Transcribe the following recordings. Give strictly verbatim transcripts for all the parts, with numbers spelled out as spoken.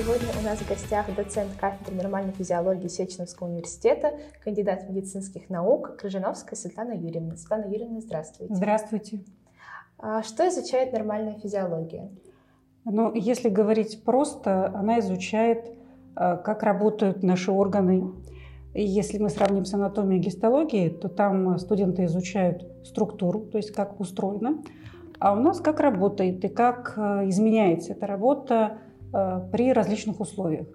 Сегодня у нас в гостях доцент кафедры нормальной физиологии Сеченовского университета, кандидат медицинских наук Крыжановская Светлана Юрьевна. Светлана Юрьевна, здравствуйте. Здравствуйте. А что изучает нормальная физиология? Ну, если говорить просто, она изучает, как работают наши органы. И если мы сравним с анатомией и гистологией, то там студенты изучают структуру, то есть как устроено, а у нас как работает и как изменяется эта работа при различных условиях,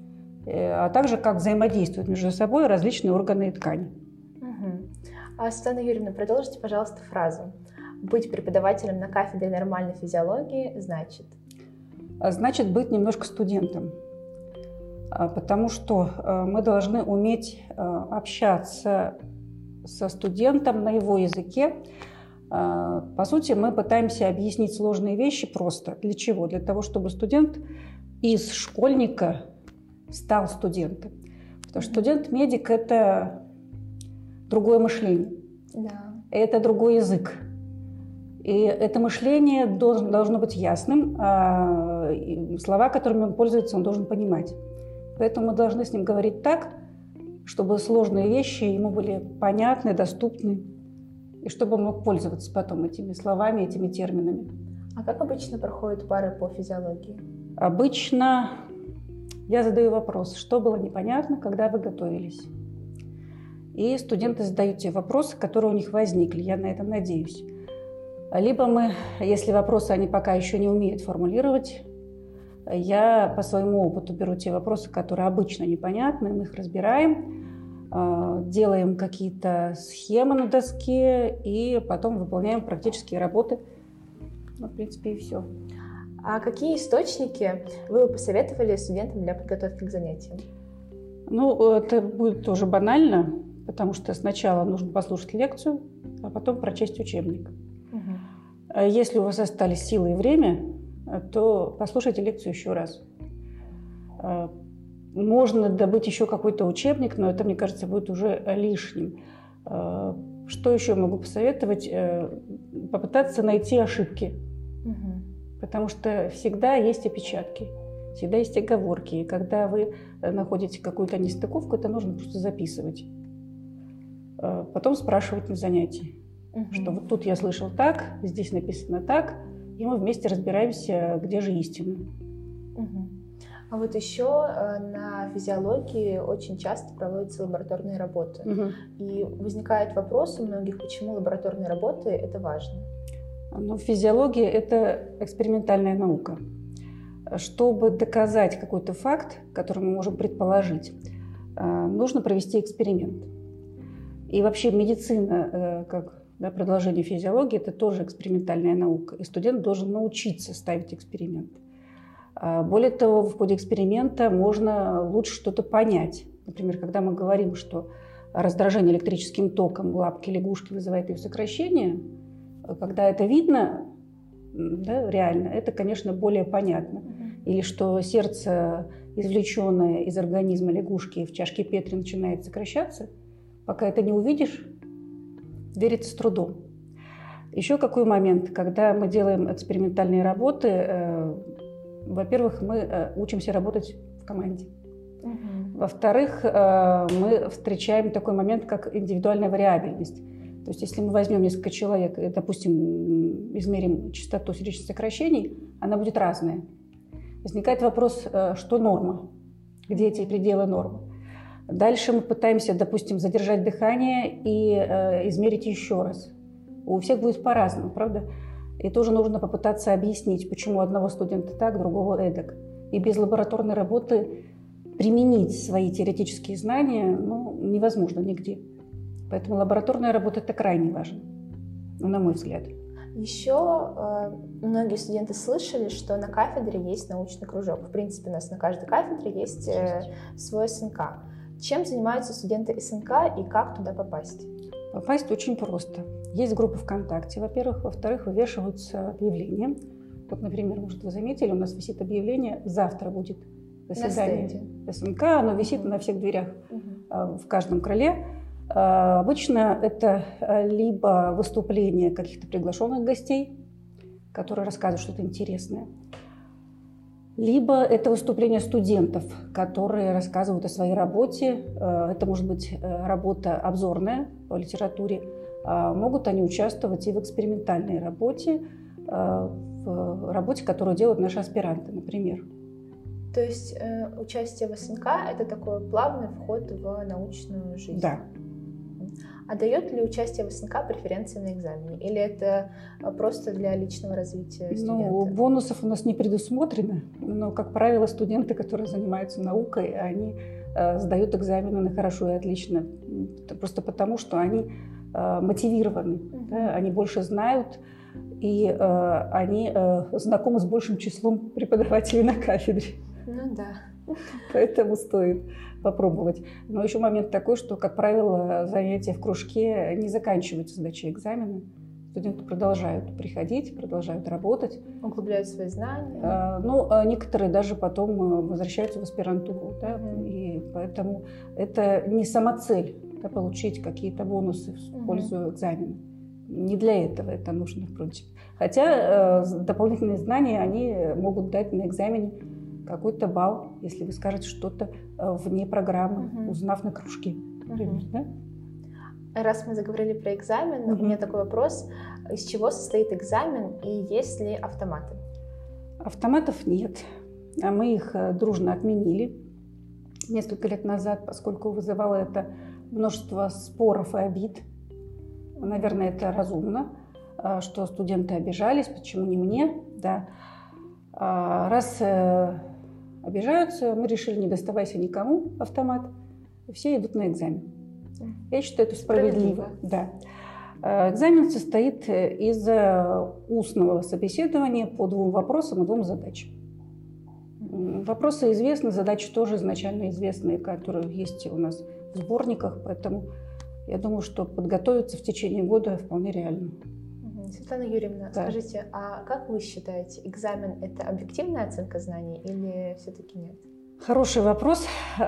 а также как взаимодействуют между собой различные органы и ткани. Угу. А, Светлана Юрьевна, продолжите, пожалуйста, фразу. Быть преподавателем на кафедре нормальной физиологии значит? Значит быть немножко студентом, потому что мы должны уметь общаться со студентом на его языке. По сути, мы пытаемся объяснить сложные вещи просто. Для чего? Для того, чтобы студент из школьника стал студентом. Потому что студент-медик – это другое мышление, Да. это другой язык. И это мышление должен, должно быть ясным, а слова, которыми он пользуется, он должен понимать. Поэтому мы должны с ним говорить так, чтобы сложные вещи ему были понятны, доступны, и чтобы он мог пользоваться потом этими словами, этими терминами. А как обычно проходят пары по физиологии? Обычно я задаю вопрос, что было непонятно, когда вы готовились. И студенты задают те вопросы, которые у них возникли, я на это надеюсь. Либо мы, если вопросы они пока еще не умеют формулировать, я по своему опыту беру те вопросы, которые обычно непонятны, мы их разбираем, делаем какие-то схемы на доске и потом выполняем практические работы. Ну, в принципе, и все. А какие источники вы бы посоветовали студентам для подготовки к занятиям? Ну, это будет тоже банально, потому что сначала нужно послушать лекцию, а потом прочесть учебник. Угу. Если у вас остались силы и время, то послушайте лекцию еще раз. Можно добыть еще какой-то учебник, но это, мне кажется, будет уже лишним. Что еще могу посоветовать? Попытаться найти ошибки. Угу. Потому что всегда есть опечатки, всегда есть оговорки. И когда вы находите какую-то нестыковку, это нужно просто записывать. Потом спрашивать на занятии. Угу. Что вот тут я слышал так, здесь написано так, и мы вместе разбираемся, где же истина. Угу. А вот еще на физиологии очень часто проводятся лабораторные работы. Угу. И возникает вопрос у многих, почему лабораторные работы – это важно? Ну, физиология – это экспериментальная наука. Чтобы доказать какой-то факт, который мы можем предположить, нужно провести эксперимент. И вообще медицина, как да, продолжение физиологии, это тоже экспериментальная наука. И студент должен научиться ставить эксперимент. Более того, в ходе эксперимента можно лучше что-то понять. Например, когда мы говорим, что раздражение электрическим током лапки лягушки вызывает ее сокращение, когда это видно, да, реально, это, конечно, более понятно. Или что сердце, извлеченное из организма лягушки в чашке Петри, начинает сокращаться, пока это не увидишь, верится с трудом. Еще какой момент, когда мы делаем экспериментальные работы, во-первых, мы учимся работать в команде. Uh-huh. Во-вторых, мы встречаем такой момент, как индивидуальная вариабельность. То есть, если мы возьмем несколько человек и, допустим, измерим частоту сердечных сокращений, она будет разная. Возникает вопрос, что норма, где эти пределы нормы. Дальше мы пытаемся, допустим, задержать дыхание и измерить еще раз. У всех будет по-разному, правда? И тоже нужно попытаться объяснить, почему одного студента так, другого эдак. И без лабораторной работы применить свои теоретические знания ну, невозможно нигде. Поэтому лабораторная работа – это крайне важно, ну, на мой взгляд. Еще э, многие студенты слышали, что на кафедре есть научный кружок. В принципе, у нас на каждой кафедре есть э, свой эс эн ка. Чем занимаются студенты эс эн ка и как туда попасть? Попасть очень просто. Есть группа ВКонтакте, во-первых. Во-вторых, вывешиваются объявления. Вот, например, может, вы заметили, у нас висит объявление, завтра будет заседание эс эн ка, оно висит uh-huh. на всех дверях, uh-huh. в каждом крыле. Обычно это либо выступление каких-то приглашенных гостей, которые рассказывают что-то интересное, Либо это выступления студентов, которые рассказывают о своей работе. Это может быть работа обзорная по литературе. Могут они участвовать и в экспериментальной работе, в работе, которую делают наши аспиранты, например. То есть э, участие в СНК – это такой плавный вход в научную жизнь? Да. А дает ли участие в СНК преференции на экзамене? Или это просто для личного развития студента? Ну, бонусов у нас не предусмотрено, но, как правило, студенты, которые занимаются наукой, они э, сдают экзамены на хорошо и отлично. Просто потому, что они э, мотивированы, uh-huh. да, они больше знают, и э, они э, знакомы с большим числом преподавателей на кафедре. Ну да. Поэтому стоит попробовать. Но еще момент такой, что, как правило, занятия в кружке не заканчиваются сдачей экзамена. Студенты продолжают приходить, продолжают работать. Углубляют свои знания. А, ну, а некоторые даже потом возвращаются в аспирантуру. Да? Mm-hmm. И поэтому это не самоцель, да, получить какие-то бонусы в Mm-hmm. пользу экзамена. Не для этого это нужно, в принципе. Хотя э, дополнительные знания они могут дать на экзамене какой-то балл, если вы скажете что-то вне программы, uh-huh. узнав на кружке. Например, uh-huh. да? Раз мы заговорили про экзамен, uh-huh. у меня такой вопрос. Из чего состоит экзамен и есть ли автоматы? Автоматов нет. А мы их дружно отменили несколько лет назад, поскольку вызывало это множество споров и обид. Наверное, это разумно, что студенты обижались, почему не мне. Да. Раз обижаются, мы решили, не доставайся никому автомат, все идут на экзамен. Я считаю, это справедливо. Да. Экзамен состоит из устного собеседования по двум вопросам и двум задачам. Вопросы известны, задачи тоже изначально известные, которые есть у нас в сборниках, поэтому я думаю, что подготовиться в течение года вполне реально. Светлана Юрьевна, да. Скажите, а как вы считаете, экзамен – это объективная оценка знаний или все-таки нет? Хороший вопрос.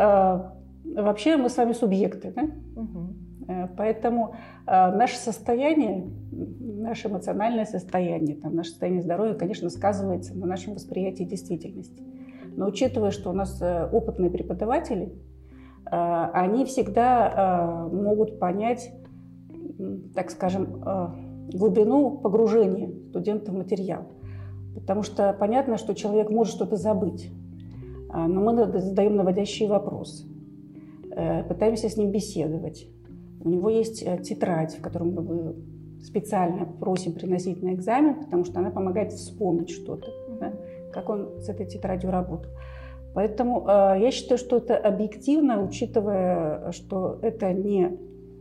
Вообще мы с вами субъекты, да? Угу. Поэтому наше состояние, наше эмоциональное состояние, там, наше состояние здоровья, конечно, сказывается на нашем восприятии действительности. Но учитывая, что у нас опытные преподаватели, они всегда могут понять, так скажем, глубину погружения студента в материал. Потому что понятно, что человек может что-то забыть, но мы задаем наводящие вопросы, пытаемся с ним беседовать. У него есть тетрадь, в которой мы специально просим приносить на экзамен, потому что она помогает вспомнить что-то, да, как он с этой тетрадью работал. Поэтому я считаю, что это объективно, учитывая, что это не,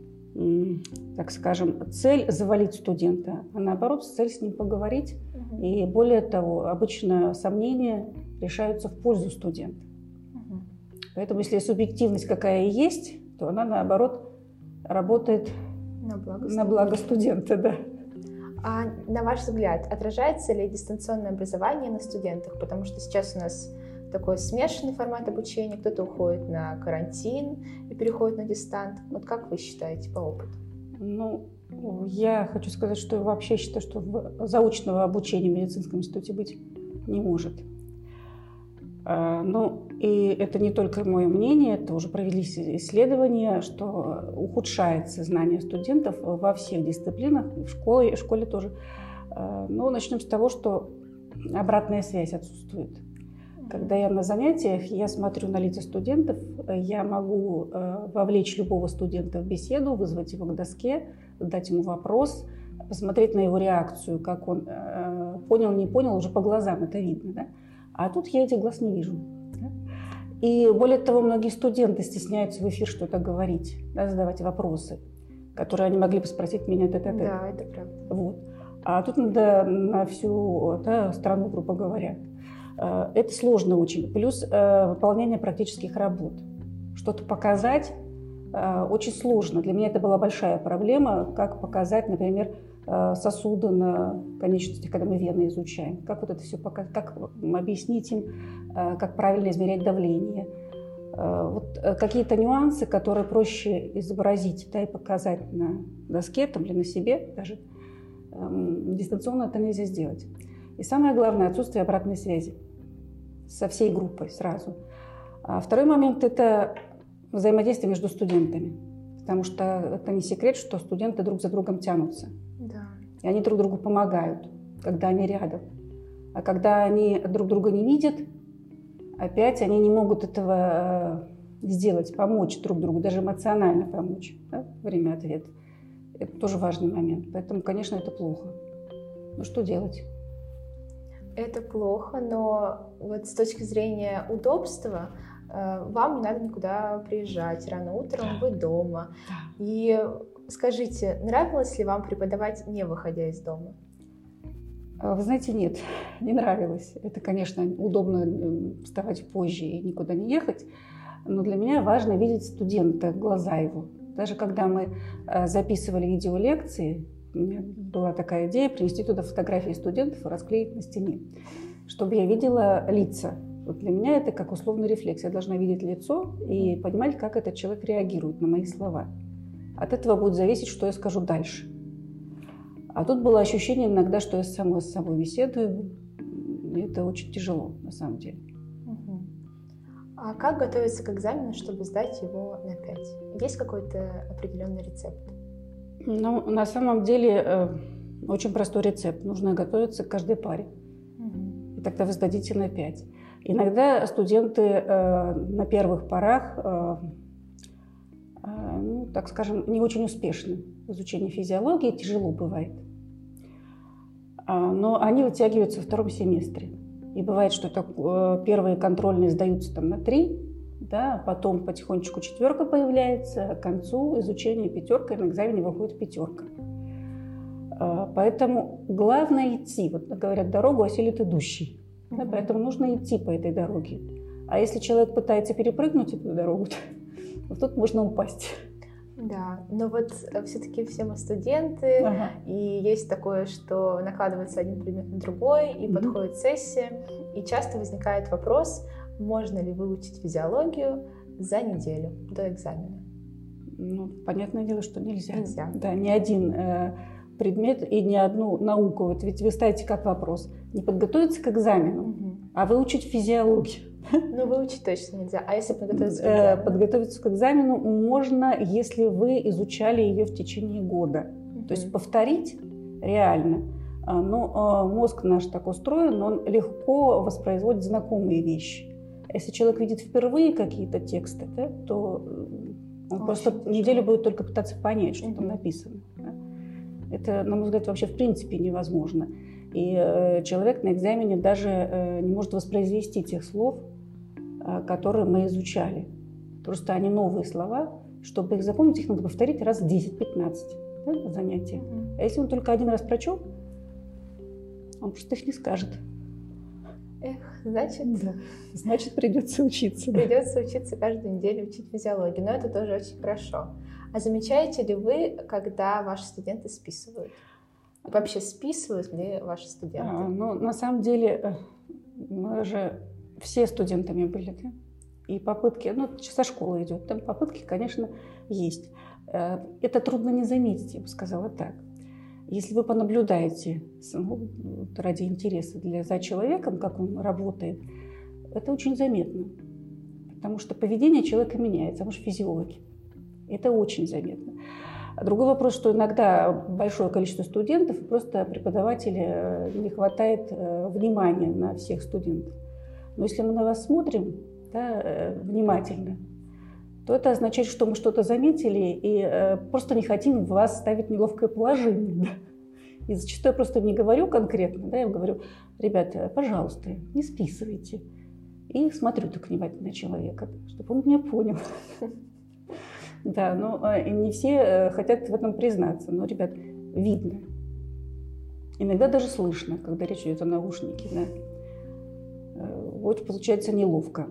так скажем, цель завалить студента, а наоборот, цель с ним поговорить. Угу. И более того, обычно сомнения решаются в пользу студента. Угу. Поэтому если субъективность какая и есть, то она наоборот работает на благо, на благо студента. Да. А на ваш взгляд, отражается ли дистанционное образование на студентах? Потому что сейчас у нас такой смешанный формат обучения, кто-то уходит на карантин и переходит на дистант. Вот как вы считаете по опыту? Ну, я хочу сказать, что я вообще считаю, что заочного обучения в медицинском институте быть не может. Ну, и это не только мое мнение, это уже провелись исследования, что ухудшается знание студентов во всех дисциплинах, в школе, в школе тоже. Но начнем с того, что обратная связь отсутствует. Когда я на занятиях, я смотрю на лица студентов, я могу вовлечь любого студента в беседу, вызвать его к доске, задать ему вопрос, посмотреть на его реакцию, как он понял, не понял, уже по глазам это видно. Да? А тут я этих глаз не вижу. Да? И более того, многие студенты стесняются в эфир что-то говорить, да, задавать вопросы, которые они могли бы спросить меня тет-а-тет. Да, это правда. Вот. А тут надо на всю, да, страну, грубо говоря. Это сложно очень. Плюс э, выполнение практических работ. Что-то показать э, очень сложно. Для меня это была большая проблема, как показать, например, э, сосуды на конечностях, когда мы вены изучаем. Как вот это все показать, как объяснить им, э, как правильно измерять давление. Э, вот, э, какие-то нюансы, которые проще изобразить, да, и показать на доске там, или на себе даже. Э, дистанционно это нельзя сделать. И самое главное – отсутствие обратной связи. со всей группой сразу. А второй момент – это взаимодействие между студентами. Потому что это не секрет, что студенты друг за другом тянутся. Да. И они друг другу помогают, когда они рядом. А когда они друг друга не видят, опять они не могут этого сделать, помочь друг другу, даже эмоционально помочь, да, время-ответ. Это тоже важный момент. Поэтому, конечно, это плохо. Ну что делать? Это плохо, но вот с точки зрения удобства вам не надо никуда приезжать. Рано утром вы дома. И скажите, нравилось ли вам преподавать, не выходя из дома? Вы знаете, нет, не нравилось. Это, конечно, удобно вставать позже и никуда не ехать. Но для меня важно видеть студента, глаза его. Даже когда мы записывали видеолекции, у меня была такая идея принести туда фотографии студентов и расклеить на стене, чтобы я видела лица. Вот для меня это как условный рефлекс. Я должна видеть лицо и понимать, как этот человек реагирует на мои слова. От этого будет зависеть, что я скажу дальше. А тут было ощущение иногда, что я сама с собой беседую. И это очень тяжело, на самом деле. Угу. А как готовиться к экзамену, чтобы сдать его на пять? Есть какой-то определенный рецепт? Ну, на самом деле, э, очень простой рецепт. Нужно готовиться к каждой паре. Угу. И тогда вы сдадите на пять. Иногда студенты э, на первых порах, э, э, ну, так скажем, не очень успешны в изучении физиологии, тяжело бывает. А, но они вытягиваются во втором семестре. И бывает, что это, э, первые контрольные сдаются там на три, да, потом потихонечку четверка появляется, а к концу изучения пятерка, и на экзамене выходит пятерка. Э, поэтому главное идти. Вот говорят, дорогу осилит идущий. Да, поэтому нужно идти по этой дороге. А если человек пытается перепрыгнуть эту дорогу, то вот тут можно упасть. Да, но вот все-таки все мы студенты, ага. И есть такое, что накладывается один предмет на другой, и mm-hmm. подходит сессия, и часто возникает вопрос, можно ли выучить физиологию за неделю до экзамена. Ну, понятное дело, что нельзя. Нельзя. Да, ни один э, предмет и ни одну науку. Вот ведь вы ставите как вопрос. Не подготовиться к экзамену, угу. а выучить физиологию. Ну, выучить точно нельзя. А если подготовиться к экзамену? Подготовиться к экзамену можно, если вы изучали ее в течение года. Угу. То есть повторить реально. Но мозг наш так устроен, он легко воспроизводит знакомые вещи. Если человек видит впервые какие-то тексты, да, то он Очень просто тяжело. Неделю будет только пытаться понять, что угу. там написано. Да. Это, на мой взгляд, вообще в принципе невозможно. И э, человек на экзамене даже э, не может воспроизвести тех слов, э, которые мы изучали. Просто они новые слова. Чтобы их запомнить, их надо повторить раз десять-пятнадцать, да, на занятиях. Mm-hmm. А если он только один раз прочел, он просто их не скажет. Эх, значит... Да. Значит, придется учиться. Придется да. учиться каждую неделю, учить физиологию. Но это тоже очень хорошо. А замечаете ли вы, когда ваши студенты списывают? Вообще списывают ли ваши студенты? А, ну, на самом деле, мы же все студентами были, да? И попытки, ну, со школы идет, там попытки, конечно, есть. Это трудно не заметить, я бы сказала так. Если вы понаблюдаете, ну, ради интереса для, за человеком, как он работает, это очень заметно. Потому что поведение человека меняется, мы же физиологи. Это очень заметно. Другой вопрос, что иногда большое количество студентов, и просто преподавателя не хватает внимания на всех студентов. Но если мы на вас смотрим, да, внимательно, то это означает, что мы что-то заметили и просто не хотим вас ставить в неловкое положение. Да? И зачастую я просто не говорю конкретно, да, я говорю, ребята, пожалуйста, не списывайте. И смотрю так внимательно на человека, чтобы он меня понял. Да, но не все хотят в этом признаться. Но, ребят, видно. Иногда даже слышно, когда речь идет о наушнике. Да. Вот получается неловко.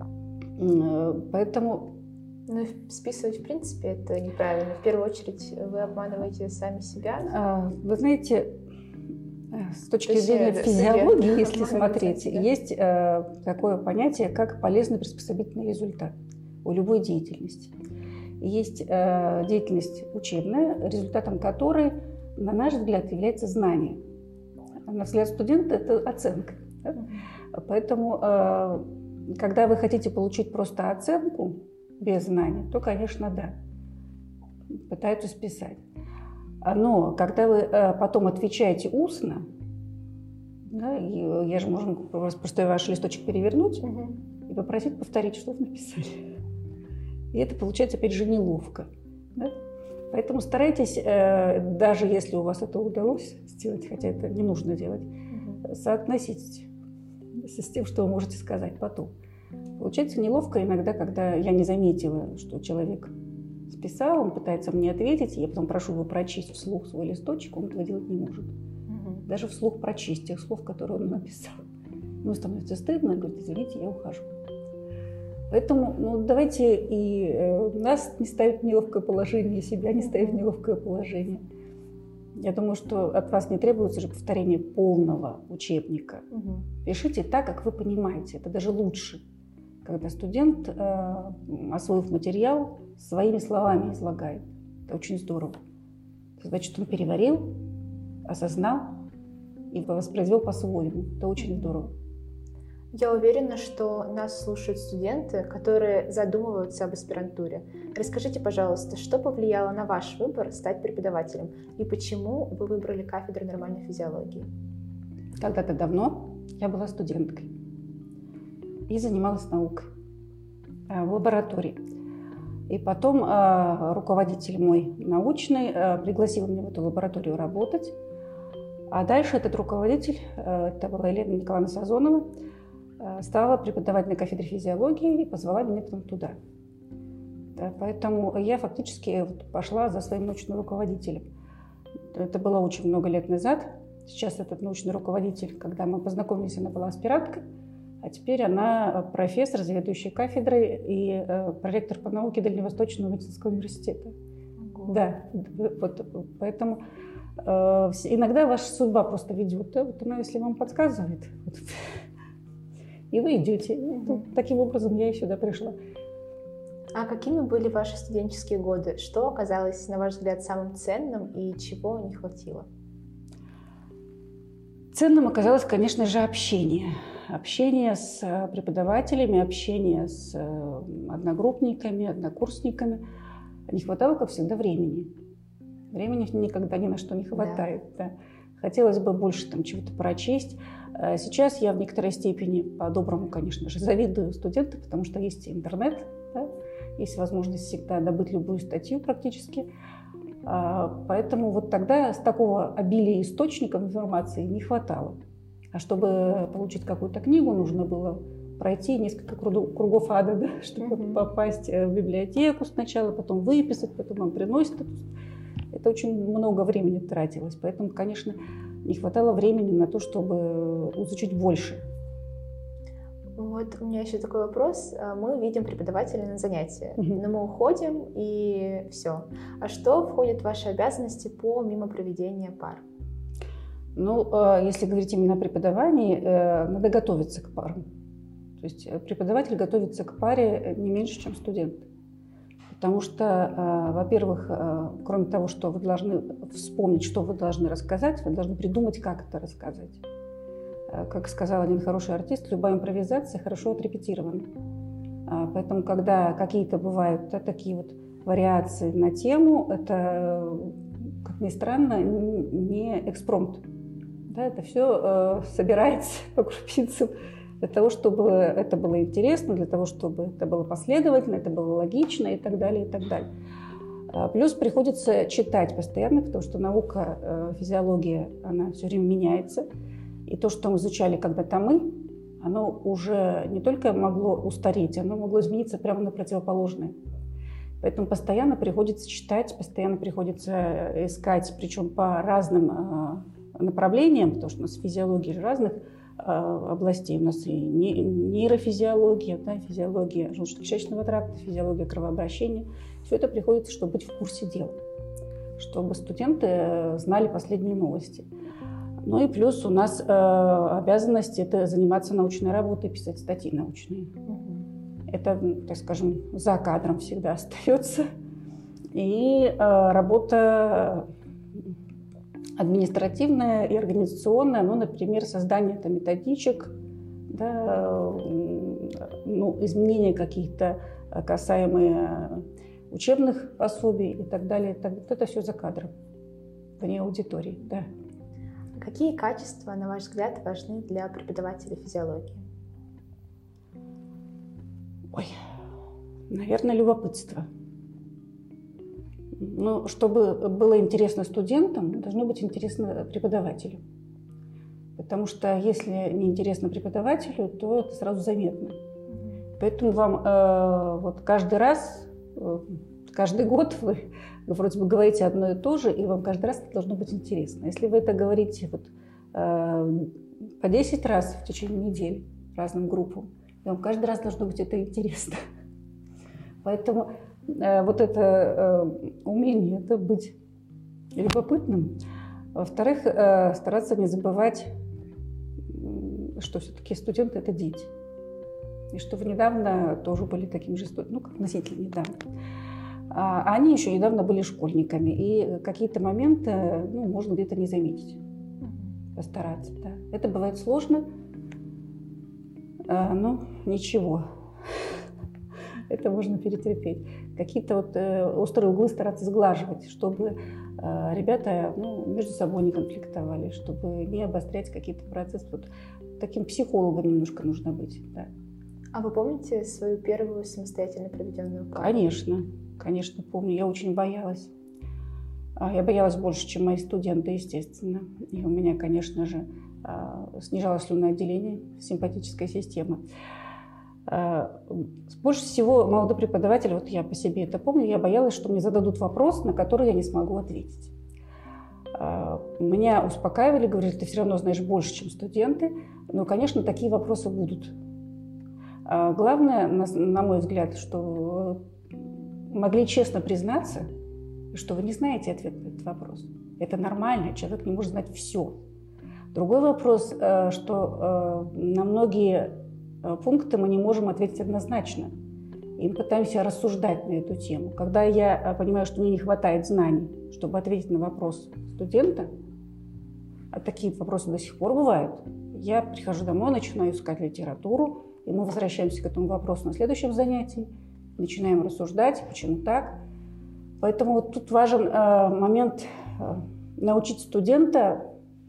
Поэтому... Ну, списывать, в принципе, это неправильно. В первую очередь, вы обманываете сами себя. Вы знаете, с точки зрения физиологии, если смотреть, есть такое понятие, как полезный приспособительный результат у любой деятельности. Есть э, деятельность учебная, результатом которой, на наш взгляд, является знание. А на взгляд студента это оценка. Да? Поэтому, когда вы хотите получить просто оценку без знаний, то, конечно, да, пытаются списать. Но когда вы потом отвечаете устно, да, я же могу просто ваш листочек перевернуть угу. и попросить повторить, что вы написали. И это получается, опять же, неловко. Да? Поэтому старайтесь, даже если у вас это удалось сделать, хотя это не нужно делать, угу. соотносить с тем, что вы можете сказать потом. Получается неловко иногда, когда я не заметила, что человек списал, он пытается мне ответить, и я потом прошу его прочесть вслух свой листочек, он этого делать не может. Угу. Даже вслух прочесть тех слов, которые он написал. Ему становится стыдно, говорит, извините, я ухожу. Поэтому ну, давайте и э, нас не ставить в неловкое положение, и себя не ставить в неловкое положение. Я думаю, что от вас не требуется же повторение полного учебника. Угу. Пишите так, как вы понимаете. Это даже лучше, когда студент, э, освоив материал, своими словами излагает. Это очень здорово. Это значит, он переварил, осознал и воспроизвел по-своему. Это очень здорово. Я уверена, что нас слушают студенты, которые задумываются об аспирантуре. Расскажите, пожалуйста, что повлияло на ваш выбор стать преподавателем и почему вы выбрали кафедру нормальной физиологии? Когда-то давно я была студенткой и занималась наукой в лаборатории. И потом руководитель мой научный пригласил меня в эту лабораторию работать. А дальше этот руководитель, это была Елена Николаевна Сазонова, стала преподавать на кафедре физиологии и позвала меня потом туда. Да, поэтому я фактически пошла за своим научным руководителем. Это было очень много лет назад. Сейчас этот научный руководитель, когда мы познакомились, она была аспиранткой, а теперь она профессор, заведующая кафедрой и проректор по науке Дальневосточного медицинского университета. Ого. Да, вот, поэтому э, иногда ваша судьба просто ведет. Да? Вот она, если вам подсказывает, вот, и вы идете. Mm-hmm. Таким образом я и сюда пришла. А какими были ваши студенческие годы? Что оказалось, на ваш взгляд, самым ценным и чего не хватило? Ценным оказалось, конечно же, общение. Общение с преподавателями, общение с одногруппниками, однокурсниками. Не хватало, как всегда, времени. Времени никогда ни на что не хватает. Да. Да. Хотелось бы больше там чего-то прочесть. Сейчас я в некоторой степени, по-доброму, конечно же, завидую студентам, потому что есть интернет, да? Есть возможность всегда добыть любую статью практически. Поэтому вот тогда с такого обилия источников информации не хватало. А чтобы получить какую-то книгу, нужно было пройти несколько кругов ада, да? Чтобы mm-hmm. попасть в библиотеку сначала, потом выписать, потом вам приносят. Это очень много времени тратилось, поэтому, конечно, не хватало времени на то, чтобы изучить больше. Вот у меня еще такой вопрос. Мы видим преподавателя на занятия, uh-huh. но мы уходим и все. А что входит в ваши обязанности помимо проведения пар? Ну, если говорить именно о преподавании, надо готовиться к парам. То есть преподаватель готовится к паре не меньше, чем студент. Потому что, во-первых, кроме того, что вы должны вспомнить, что вы должны рассказать, вы должны придумать, как это рассказать. Как сказал один хороший артист, любая импровизация хорошо отрепетирована. Поэтому, когда какие-то бывают да, такие вот вариации на тему, это, как ни странно, не экспромт. Да, это все собирается по крупицам. Для того, чтобы это было интересно, для того, чтобы это было последовательно, это было логично и так далее, и так далее. Плюс приходится читать постоянно, потому что наука, физиология, она все время меняется. И то, что мы изучали когда-то мы, оно уже не только могло устареть, оно могло измениться прямо на противоположное. Поэтому постоянно приходится читать, постоянно приходится искать, причем по разным направлениям, потому что у нас физиология же разных областей. У нас и нейрофизиология, да, физиология желудочно-кишечного тракта, физиология кровообращения. Все это приходится, чтобы быть в курсе дела, чтобы студенты знали последние новости. Ну и плюс у нас э, обязанность это заниматься научной работой, писать статьи научные. Mm-hmm. Это, так скажем, за кадром всегда остается. И э, работа административная и организационная, ну, например, создание там, методичек да, ну, изменения какие-то касаемые учебных пособий и так далее. Так, вот это все за кадром, вне аудитории. Да. Какие качества, на ваш взгляд, важны для преподавателя физиологии? Ой, наверное, любопытство. Но чтобы было интересно студентам, должно быть интересно преподавателю. Потому что если не интересно преподавателю, то это сразу заметно. Поэтому вам э, вот каждый раз, э, каждый год вы вроде бы говорите одно и то же, и вам каждый раз это должно быть интересно. Если вы это говорите вот, э, по десять раз в течение недели разным группам, вам каждый раз должно быть это интересно. Поэтому э, вот это э, умение, это быть любопытным. Во-вторых, э, стараться не забывать, что все-таки студенты – это дети. И что вы недавно тоже были такими же студентами, ну, как относительно недавно. А они еще недавно были школьниками. И какие-то моменты, ну, можно где-то не заметить. Постараться, да. Это бывает сложно, но ничего. Это можно перетерпеть. Какие-то вот острые углы стараться сглаживать, чтобы ребята, ну, между собой не конфликтовали, чтобы не обострять какие-то процессы. Вот таким психологом немножко нужно быть, да. А вы помните свою первую самостоятельно проведенную пару? Конечно, конечно, помню. Я очень боялась. Я боялась больше, чем мои студенты, естественно. И у меня, конечно же, снижалось слюноотделение, симпатическая система. Больше всего молодой преподаватель, вот я по себе это помню, я боялась, что мне зададут вопрос, на который я не смогу ответить. Меня успокаивали, говорили, ты все равно знаешь больше, чем студенты. Но, конечно, такие вопросы будут. Главное, на, на мой взгляд, что могли честно признаться, что вы не знаете ответ на этот вопрос. Это нормально, человек не может знать все. Другой вопрос, что на многие пункты мы не можем ответить однозначно. И мы пытаемся рассуждать на эту тему. Когда я понимаю, что мне не хватает знаний, чтобы ответить на вопрос студента, а такие вопросы до сих пор бывают, я прихожу домой, начинаю искать литературу, и мы возвращаемся к этому вопросу на следующем занятии, начинаем рассуждать, почему так. Поэтому вот тут важен э, момент э, научить студента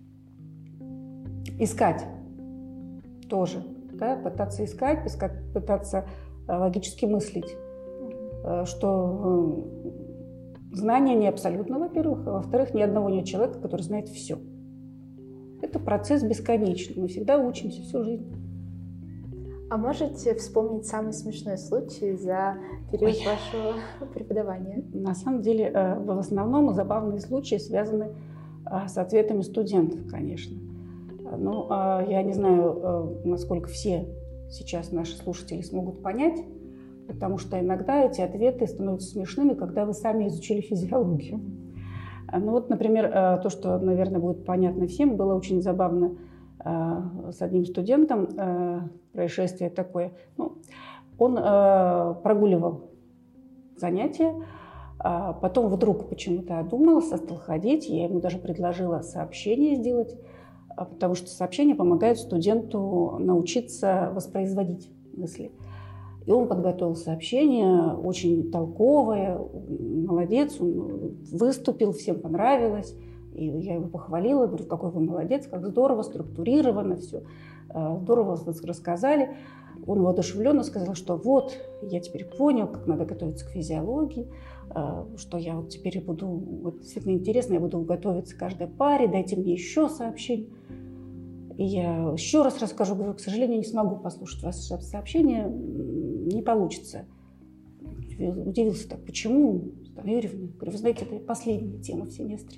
искать тоже, да, пытаться искать, пытаться э, логически мыслить, э, что э, знание не абсолютно, во-первых, а во-вторых, ни одного нет человека, который знает все. Это процесс бесконечный, мы всегда учимся всю жизнь. А можете вспомнить самый смешной случай за период Ой. вашего преподавания? На самом деле, в основном забавные случаи связаны с ответами студентов, конечно. Но я не знаю, насколько все сейчас наши слушатели смогут понять, потому что иногда эти ответы становятся смешными, когда вы сами изучили физиологию. Ну вот, например, то, что, наверное, будет понятно всем, было очень забавно с одним студентом, происшествие такое. Ну, он прогуливал занятия, а потом вдруг почему-то одумался, стал ходить. Я ему даже предложила сообщение сделать, потому что сообщение помогает студенту научиться воспроизводить мысли. И он подготовил сообщение, очень толковое, молодец, он выступил, всем понравилось. И я его похвалила, говорю, какой вы молодец, как здорово, структурировано все, здорово рассказали. Он воодушевленно сказал, что вот, я теперь понял, как надо готовиться к физиологии, что я вот теперь буду, вот действительно интересно, я буду готовиться к каждой паре, дайте мне еще сообщение. И я еще раз расскажу, говорю, к сожалению, не смогу послушать ваше сообщение, не получится. Удивился так, почему, Светлана Юрьевна? Говорю, вы знаете, это последняя тема в семестре.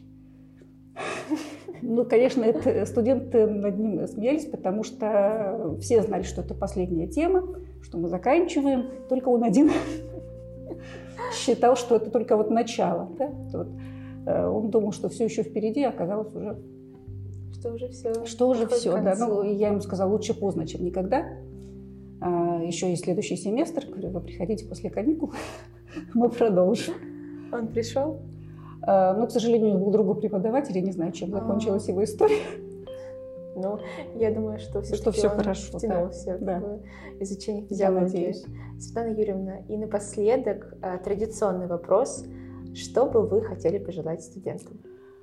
Ну, конечно, это, студенты над ним смеялись, потому что все знали, что это последняя тема, что мы заканчиваем. Только он один считал, что это только вот начало. Да? Вот. Он думал, что все еще впереди, а оказалось уже... Что уже все. Что уже все, да. Ну, я ему сказала, лучше поздно, чем никогда. Еще есть следующий семестр. Говорю, вы приходите после каникул, мы продолжим. Он пришел? Но, к сожалению, был другой преподаватель, я не знаю, чем закончилась его история. Но я думаю, что все-таки что все он хорошо, втянулся да. в изучение физиологии. Светлана Юрьевна, и напоследок традиционный вопрос. Что бы вы хотели пожелать студентам?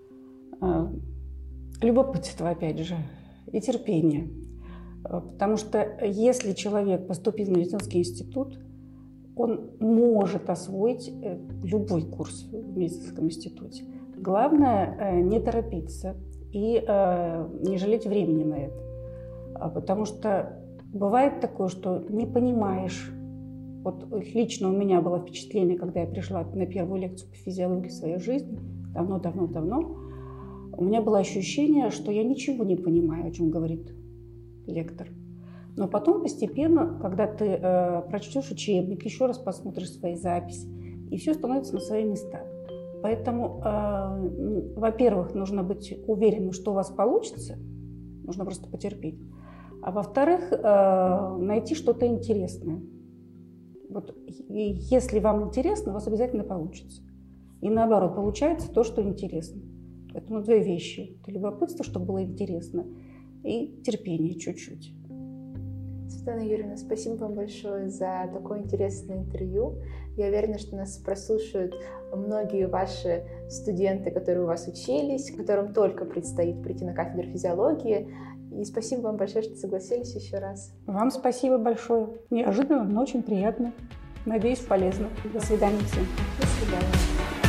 Любопытство, опять же, и терпение. Потому что если человек поступил в медицинский институт, он может освоить любой курс в медицинском институте. Главное не торопиться и не жалеть времени на это. Потому что бывает такое, что не понимаешь. Вот лично у меня было впечатление, когда я пришла на первую лекцию по физиологии своей жизни, давно-давно-давно, у меня было ощущение, что я ничего не понимаю, о чем говорит лектор. Но потом постепенно, когда ты э, прочтешь учебник, еще раз посмотришь свои записи, и все становится на свои места. Поэтому, э, во-первых, нужно быть уверенным, что у вас получится, нужно просто потерпеть. А во-вторых, э, найти что-то интересное. Вот, и если вам интересно, у вас обязательно получится. И наоборот, получается то, что интересно. Поэтому две вещи. Это любопытство, чтобы было интересно, и терпение чуть-чуть. Светлана Юрьевна, спасибо вам большое за такое интересное интервью. Я уверена, что нас прослушают многие ваши студенты, которые у вас учились, которым только предстоит прийти на кафедру физиологии. И спасибо вам большое, что согласились еще раз. Вам спасибо большое. Неожиданно, но очень приятно. Надеюсь, полезно. До свидания всем. До свидания.